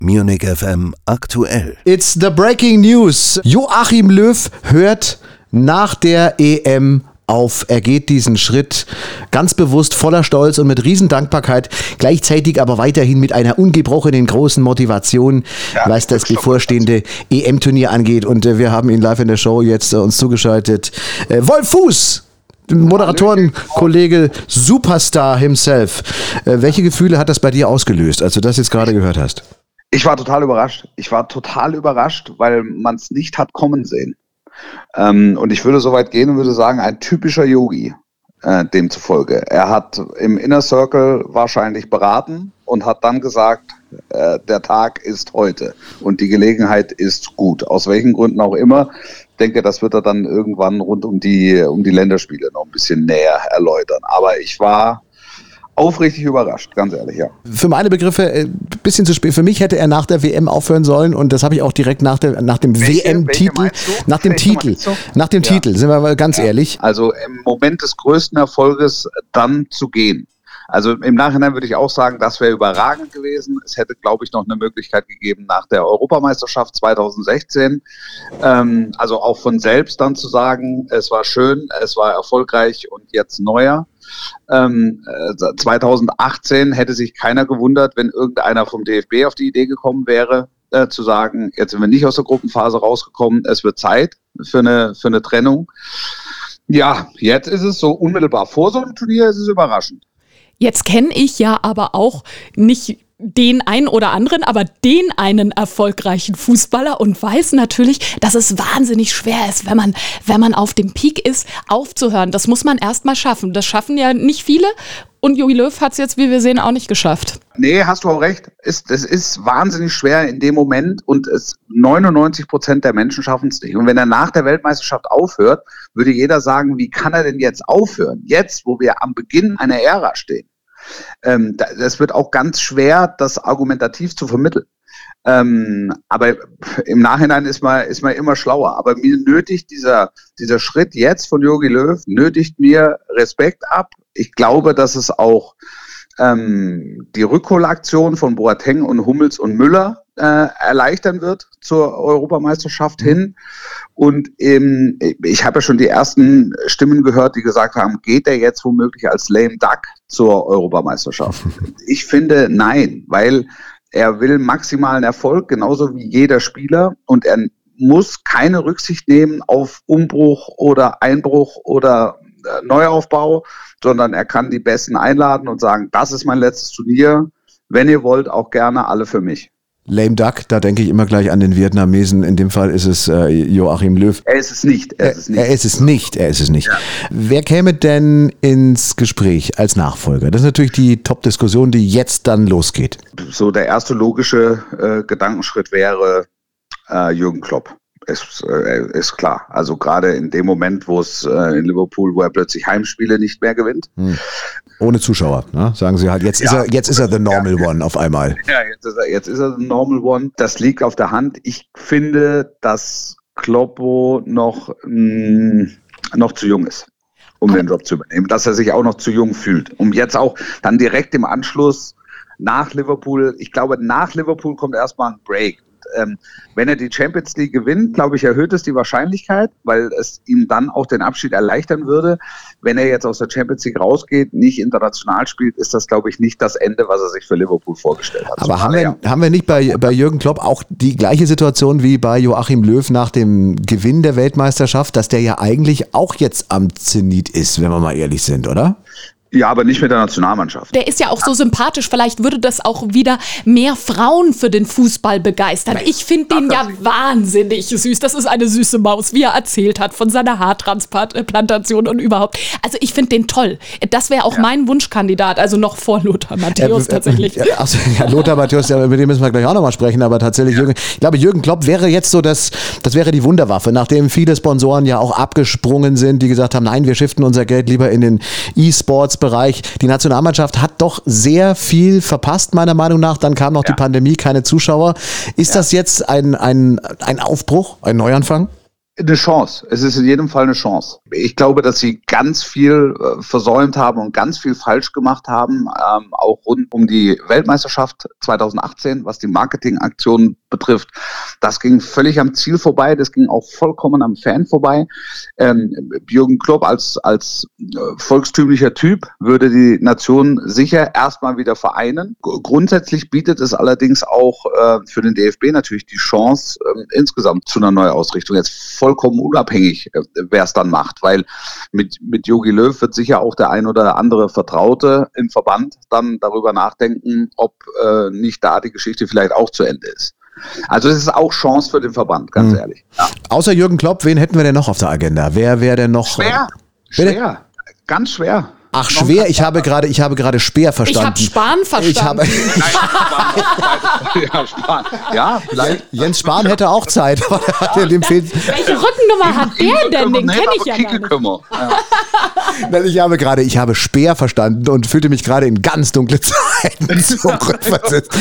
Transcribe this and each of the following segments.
Munich FM aktuell. It's the breaking news. Joachim Löw hört nach der EM auf. Er geht diesen Schritt ganz bewusst, voller Stolz und mit Riesendankbarkeit, gleichzeitig aber weiterhin mit einer ungebrochenen großen Motivation, was das bevorstehende EM-Turnier angeht. Und wir haben ihn live in der Show jetzt uns zugeschaltet. Wolf Fuß! Moderatorenkollege, Superstar himself. Welche Gefühle hat das bei dir ausgelöst, als du das jetzt gerade gehört hast? Ich war total überrascht. Weil man es nicht hat kommen sehen. Und ich würde so weit gehen und würde sagen, ein typischer Yogi, demzufolge. Er hat im Inner Circle wahrscheinlich beraten und hat dann gesagt, der Tag ist heute und die Gelegenheit ist gut. Aus welchen Gründen auch immer. Ich denke, das wird er dann irgendwann rund um die Länderspiele noch ein bisschen näher erläutern. Aber ich war aufrichtig überrascht, ganz ehrlich, ja. Für meine Begriffe ein bisschen zu spät. Für mich hätte er nach der WM aufhören sollen und das habe ich auch direkt nach dem WM-Titel. Nach dem Titel, sind wir mal ganz ehrlich. Also im Moment des größten Erfolges dann zu gehen. Also im Nachhinein würde ich auch sagen, das wäre überragend gewesen. Es hätte, glaube ich, noch eine Möglichkeit gegeben nach der Europameisterschaft 2016. Also auch von selbst dann zu sagen, es war schön, es war erfolgreich und jetzt neuer. 2018 hätte sich keiner gewundert, wenn irgendeiner vom DFB auf die Idee gekommen wäre, zu sagen, jetzt sind wir nicht aus der Gruppenphase rausgekommen, es wird Zeit für eine Trennung. Ja, jetzt ist es so unmittelbar vor so einem Turnier, ist es überraschend. Jetzt kenne ich ja aber auch nicht den einen oder anderen, aber den einen erfolgreichen Fußballer und weiß natürlich, dass es wahnsinnig schwer ist, wenn man auf dem Peak ist, aufzuhören. Das muss man erst mal schaffen. Das schaffen ja nicht viele und Jogi Löw hat es jetzt, wie wir sehen, auch nicht geschafft. Nee, hast du auch recht. Es ist wahnsinnig schwer in dem Moment und 99% der Menschen schaffen es nicht. Und wenn er nach der Weltmeisterschaft aufhört, würde jeder sagen, wie kann er denn jetzt aufhören? Jetzt, wo wir am Beginn einer Ära stehen. Das wird auch ganz schwer, das argumentativ zu vermitteln. Aber im Nachhinein ist man immer schlauer. Aber mir nötigt dieser Schritt jetzt von Jogi Löw, nötigt mir Respekt ab. Ich glaube, dass es auch die Rückholaktion von Boateng und Hummels und Müller erleichtern wird zur Europameisterschaft hin. Und ich habe ja schon die ersten Stimmen gehört, die gesagt haben, geht er jetzt womöglich als lame duck zur Europameisterschaft? Ich finde, nein, weil er will maximalen Erfolg, genauso wie jeder Spieler. Und er muss keine Rücksicht nehmen auf Umbruch oder Einbruch oder Neuaufbau, sondern er kann die Besten einladen und sagen, das ist mein letztes Turnier. Wenn ihr wollt, auch gerne alle für mich. Lame Duck, da denke ich immer gleich an den Vietnamesen. In dem Fall ist es Joachim Löw. Er ist es nicht. Er ist es nicht. Ja. Wer käme denn ins Gespräch als Nachfolger? Das ist natürlich die Top-Diskussion, die jetzt dann losgeht. So der erste logische Gedankenschritt wäre Jürgen Klopp. Ist klar. Also gerade in dem Moment, wo es in Liverpool, wo er plötzlich Heimspiele nicht mehr gewinnt. Ohne Zuschauer, ne? Sagen sie halt, jetzt ist er the normal one auf einmal. Ja, jetzt ist er the normal one. Das liegt auf der Hand. Ich finde, dass Kloppo noch zu jung ist, um den Job zu übernehmen. Dass er sich auch noch zu jung fühlt. Um jetzt auch dann direkt im Anschluss nach Liverpool, ich glaube, nach Liverpool kommt erstmal ein Break. Wenn er die Champions League gewinnt, glaube ich, erhöht es die Wahrscheinlichkeit, weil es ihm dann auch den Abschied erleichtern würde. Wenn er jetzt aus der Champions League rausgeht, nicht international spielt, ist das, glaube ich, nicht das Ende, was er sich für Liverpool vorgestellt hat. Aber haben wir nicht bei Jürgen Klopp auch die gleiche Situation wie bei Joachim Löw nach dem Gewinn der Weltmeisterschaft, dass der ja eigentlich auch jetzt am Zenit ist, wenn wir mal ehrlich sind, oder? Ja, aber nicht mit der Nationalmannschaft. Der ist ja auch so sympathisch. Vielleicht würde das auch wieder mehr Frauen für den Fußball begeistern. Ich finde den ja wahnsinnig süß. Das ist eine süße Maus, wie er erzählt hat von seiner Haartransplantation und überhaupt. Also ich finde den toll. Das wäre auch mein Wunschkandidat, also noch vor Lothar Matthäus tatsächlich. Lothar Matthäus, mit dem müssen wir gleich auch nochmal sprechen, aber tatsächlich, ich glaube, Jürgen Klopp wäre jetzt so, das wäre die Wunderwaffe, nachdem viele Sponsoren ja auch abgesprungen sind, die gesagt haben, nein, wir shiften unser Geld lieber in den E-Sports Bereich. Die Nationalmannschaft hat doch sehr viel verpasst, meiner Meinung nach. Dann kam noch die Pandemie, keine Zuschauer. Ist das jetzt ein Aufbruch, ein Neuanfang? Eine Chance. Es ist in jedem Fall eine Chance. Ich glaube, dass sie ganz viel versäumt haben und ganz viel falsch gemacht haben, auch rund um die Weltmeisterschaft 2018, was die Marketingaktionen betrifft. Das ging völlig am Ziel vorbei, das ging auch vollkommen am Fan vorbei. Jürgen Klopp als volkstümlicher Typ würde die Nation sicher erstmal wieder vereinen. Grundsätzlich bietet es allerdings auch für den DFB natürlich die Chance insgesamt zu einer Neuausrichtung. Jetzt vollkommen unabhängig, wer es dann macht, weil mit Jogi Löw wird sicher auch der ein oder andere Vertraute im Verband dann darüber nachdenken, ob nicht da die Geschichte vielleicht auch zu Ende ist. Also es ist auch Chance für den Verband, ganz ehrlich. Ja. Außer Jürgen Klopp, wen hätten wir denn noch auf der Agenda? Wer wäre denn noch? Schwer, ganz schwer. Ach, schwer, ich habe gerade Speer verstanden. Ich habe Spahn verstanden. Spahn. Ja, vielleicht. Jens Spahn hätte auch Zeit. Welche Rückennummer hat der denn? Den kenne ich ja gar nicht. Ich habe Speer verstanden und fühlte mich gerade in ganz dunkle Zeiten zurückversetzt.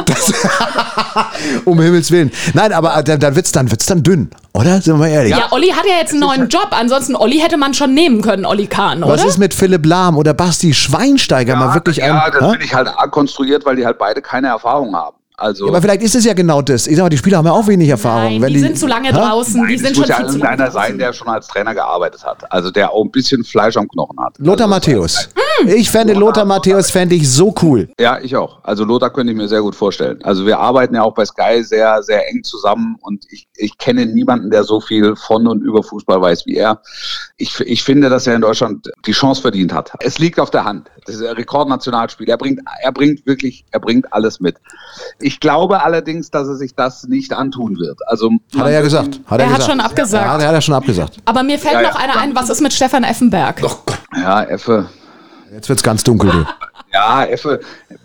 Um Himmels Willen. Nein, aber dann wird's dann dünn, oder? Sind wir mal ehrlich. Ja, Olli hat ja jetzt einen neuen Job. Ansonsten, Olli hätte man schon nehmen können, Olli Kahn, oder? Was ist mit Philipp Lahm oder Basti Schweinsteiger? Mal wirklich das bin ich halt konstruiert, weil die halt beide keine Erfahrung haben. Also, aber vielleicht ist es ja genau das. Ich sag mal, die Spieler haben ja auch wenig Erfahrung. Nein, die sind zu lange draußen. Nein, die sind muss schon ja viel zu lange irgendeiner sein, der schon als Trainer gearbeitet hat. Also der auch ein bisschen Fleisch am Knochen hat. Lothar Matthäus. Ich fände Lothar Matthäus so cool. Ja, ich auch. Also Lothar könnte ich mir sehr gut vorstellen. Also wir arbeiten ja auch bei Sky sehr, sehr eng zusammen und ich kenne niemanden, der so viel von und über Fußball weiß wie er. Ich finde, dass er in Deutschland die Chance verdient hat. Es liegt auf der Hand. Das ist ein Rekordnationalspiel. Er bringt alles mit. Ich glaube allerdings, dass er sich das nicht antun wird. Also hat er ja gesagt. Er hat schon abgesagt. Ja, er hat schon abgesagt. Aber mir fällt noch einer ein, was ist mit Stefan Effenberg? Oh Gott. Ja, Effe. Jetzt wird's ganz dunkel, du. Ja, Effe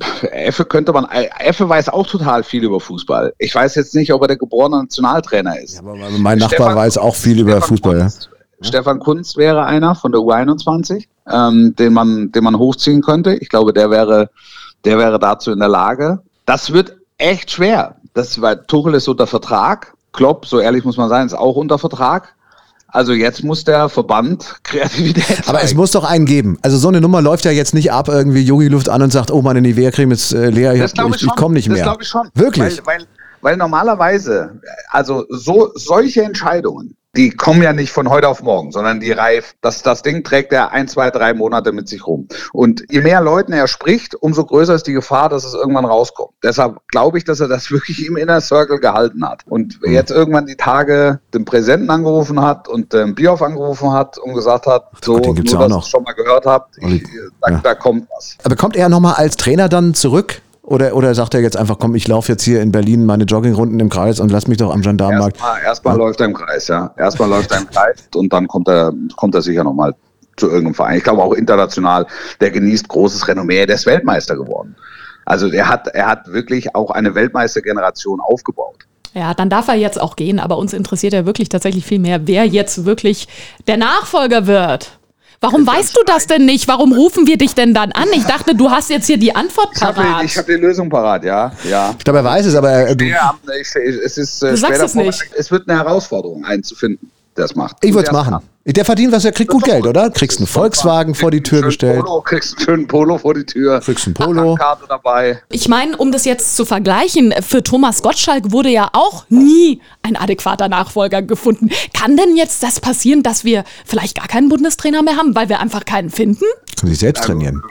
weiß auch total viel über Fußball. Ich weiß jetzt nicht, ob er der geborene Nationaltrainer ist. Ja, aber mein Nachbar weiß auch viel über Fußball. Kunst, ja. Stefan Kunz wäre einer von der U21, den man hochziehen könnte. Ich glaube, der wäre dazu in der Lage. Das wird echt schwer. Weil Tuchel ist unter Vertrag. Klopp, so ehrlich muss man sein, ist auch unter Vertrag. Also jetzt muss der Verband Kreativität zeigen. Aber es muss doch einen geben. Also so eine Nummer läuft ja jetzt nicht ab, irgendwie Jogi Luft an und sagt, oh, meine Nivea-Creme ist leer, ich komme nicht mehr. Das glaube ich schon. Wirklich? Weil normalerweise, also solche Entscheidungen, die kommen ja nicht von heute auf morgen, sondern die reif. Das Ding trägt er 1, 2, 3 Monate mit sich rum. Und je mehr Leuten er spricht, umso größer ist die Gefahr, dass es irgendwann rauskommt. Deshalb glaube ich, dass er das wirklich im Inner Circle gehalten hat. Und jetzt irgendwann die Tage den Präsidenten angerufen hat und den Bierhoff angerufen hat und gesagt hat, so, nur dass ihr es schon mal gehört habt, da kommt was. Aber kommt er nochmal als Trainer dann zurück? Oder sagt er jetzt einfach, komm, ich laufe jetzt hier in Berlin meine Joggingrunden im Kreis und lass mich doch am Gendarmenmarkt. Erstmal läuft er im Kreis, ja. Erstmal läuft er im Kreis und dann kommt er sicher nochmal zu irgendeinem Verein. Ich glaube auch international, der genießt großes Renommee, der ist Weltmeister geworden. Also er hat wirklich auch eine Weltmeistergeneration aufgebaut. Ja, dann darf er jetzt auch gehen, aber uns interessiert ja wirklich tatsächlich viel mehr, wer jetzt wirklich der Nachfolger wird. Warum weißt du das denn nicht? Warum rufen wir dich denn dann an? Ich dachte, du hast jetzt hier die Antwort parat. Ich habe die Lösung parat, ja. Ich glaube, er weiß es, aber... es ist du sagst es nicht. Es wird eine Herausforderung, einen zu finden, der es macht. Ich würde es machen. Der verdient was, er kriegt gut Geld, oder? Kriegst einen Volkswagen vor die Tür gestellt. Kriegst einen schönen Polo vor die Tür. Kriegst einen Polo. Karte dabei. Ich meine, um das jetzt zu vergleichen, für Thomas Gottschalk wurde ja auch nie ein adäquater Nachfolger gefunden. Kann denn jetzt das passieren, dass wir vielleicht gar keinen Bundestrainer mehr haben, weil wir einfach keinen finden? Können sich selbst trainieren.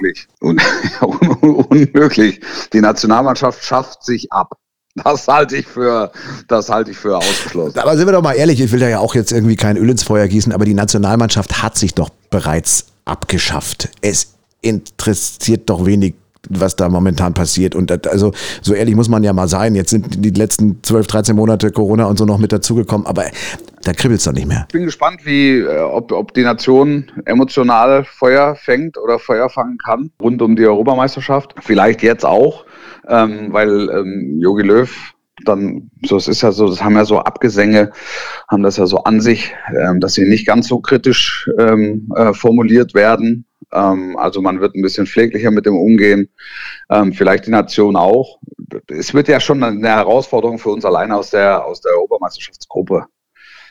Unmöglich. Die Nationalmannschaft schafft sich ab. Das halte ich für ausgeschlossen. Aber sind wir doch mal ehrlich, ich will da ja auch jetzt irgendwie kein Öl ins Feuer gießen, aber die Nationalmannschaft hat sich doch bereits abgeschafft. Es interessiert doch wenig, was da momentan passiert. Und also so ehrlich muss man ja mal sein. Jetzt sind die letzten 12, 13 Monate Corona und so noch mit dazugekommen, aber da kribbelt es doch nicht mehr. Ich bin gespannt, ob die Nation emotional Feuer fängt oder Feuer fangen kann rund um die Europameisterschaft. Vielleicht jetzt auch. Weil Jogi Löw dann, so es ist ja so, das haben ja so Abgesänge, haben das ja so an sich, dass sie nicht ganz so kritisch formuliert werden. Also man wird ein bisschen pfleglicher mit dem umgehen. Vielleicht die Nation auch. Es wird ja schon eine Herausforderung für uns alleine aus der Europameisterschaftsgruppe.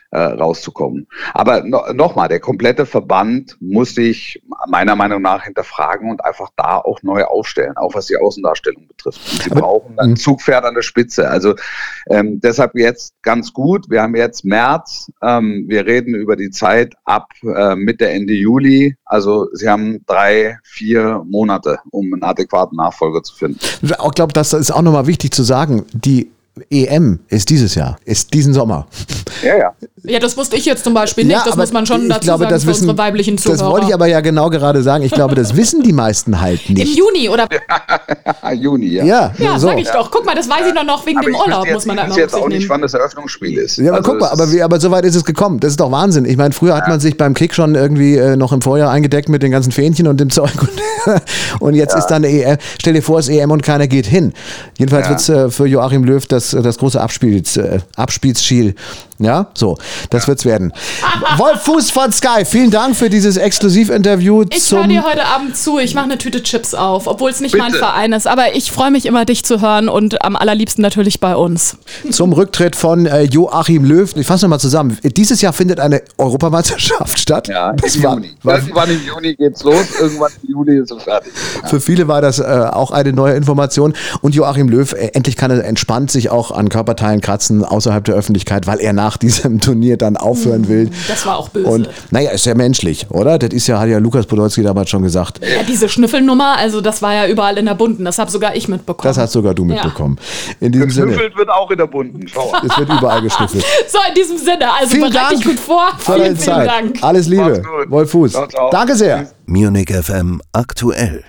rauszukommen. Aber nochmal, der komplette Verband muss sich meiner Meinung nach hinterfragen und einfach da auch neu aufstellen, auch was die Außendarstellung betrifft. Und sie brauchen ein Zugpferd an der Spitze. Also deshalb jetzt ganz gut. Wir haben jetzt März. Wir reden über die Zeit ab Mitte, Ende Juli. Also sie haben 3-4 Monate, um einen adäquaten Nachfolger zu finden. Ich glaube, das ist auch nochmal wichtig zu sagen. Die EM ist dieses Jahr, ist diesen Sommer. Ja. Ja, das wusste ich jetzt zum Beispiel nicht. Das muss man schon dazu sagen für unsere weiblichen Zuhörer. Das wollte ich aber ja genau gerade sagen. Ich glaube, das wissen die meisten halt nicht. Im Juni, oder? Juni, ja. Ja, so. Sag ich doch. Guck mal, das weiß ich noch wegen dem Urlaub, muss man da immer jetzt auch nicht, nehmen. wann das Eröffnungsspiel ist. Ja, aber guck mal, aber so weit ist es gekommen. Das ist doch Wahnsinn. Ich meine, früher hat man sich beim Kick schon irgendwie noch im Vorjahr eingedeckt mit den ganzen Fähnchen und dem Zeug. Und jetzt ist dann eine EM. Stell dir vor, es ist EM und keiner geht hin. Jedenfalls wird es für Joachim Löw das große Abspielsziel. Ja, so, das wird's werden. Wolf Fuß von Sky, vielen Dank für dieses Exklusivinterview. Ich höre dir heute Abend zu, ich mache eine Tüte Chips auf, obwohl es nicht mein Verein ist, aber ich freue mich immer, dich zu hören und am allerliebsten natürlich bei uns. Zum Rücktritt von Joachim Löw. Ich fasse nochmal zusammen. Dieses Jahr findet eine Europameisterschaft statt. Ja, im Juni. Irgendwann im Juni geht's los, irgendwann im Juli ist es fertig. Ja. Für viele war das auch eine neue Information. Und Joachim Löw, endlich kann er entspannt sich auch an Körperteilen kratzen außerhalb der Öffentlichkeit, weil er nach diesem Turnier dann aufhören will. Das war auch böse. Und naja, ist ja menschlich, oder? Das ist ja, hat ja Lukas Podolski damals schon gesagt. Ja, diese Schnüffelnummer, also das war ja überall in der Bunten. Das habe sogar ich mitbekommen. Das hast sogar du mitbekommen. In diesem Sinne. Geschnüffelt wird auch in der Bunten. Es wird überall geschnüffelt. So, in diesem Sinne, also vielen bereite dich gut vor. Vielen Dank. Alles Liebe. Wolf Fuß. Ciao, ciao. Danke sehr. Munich FM aktuell.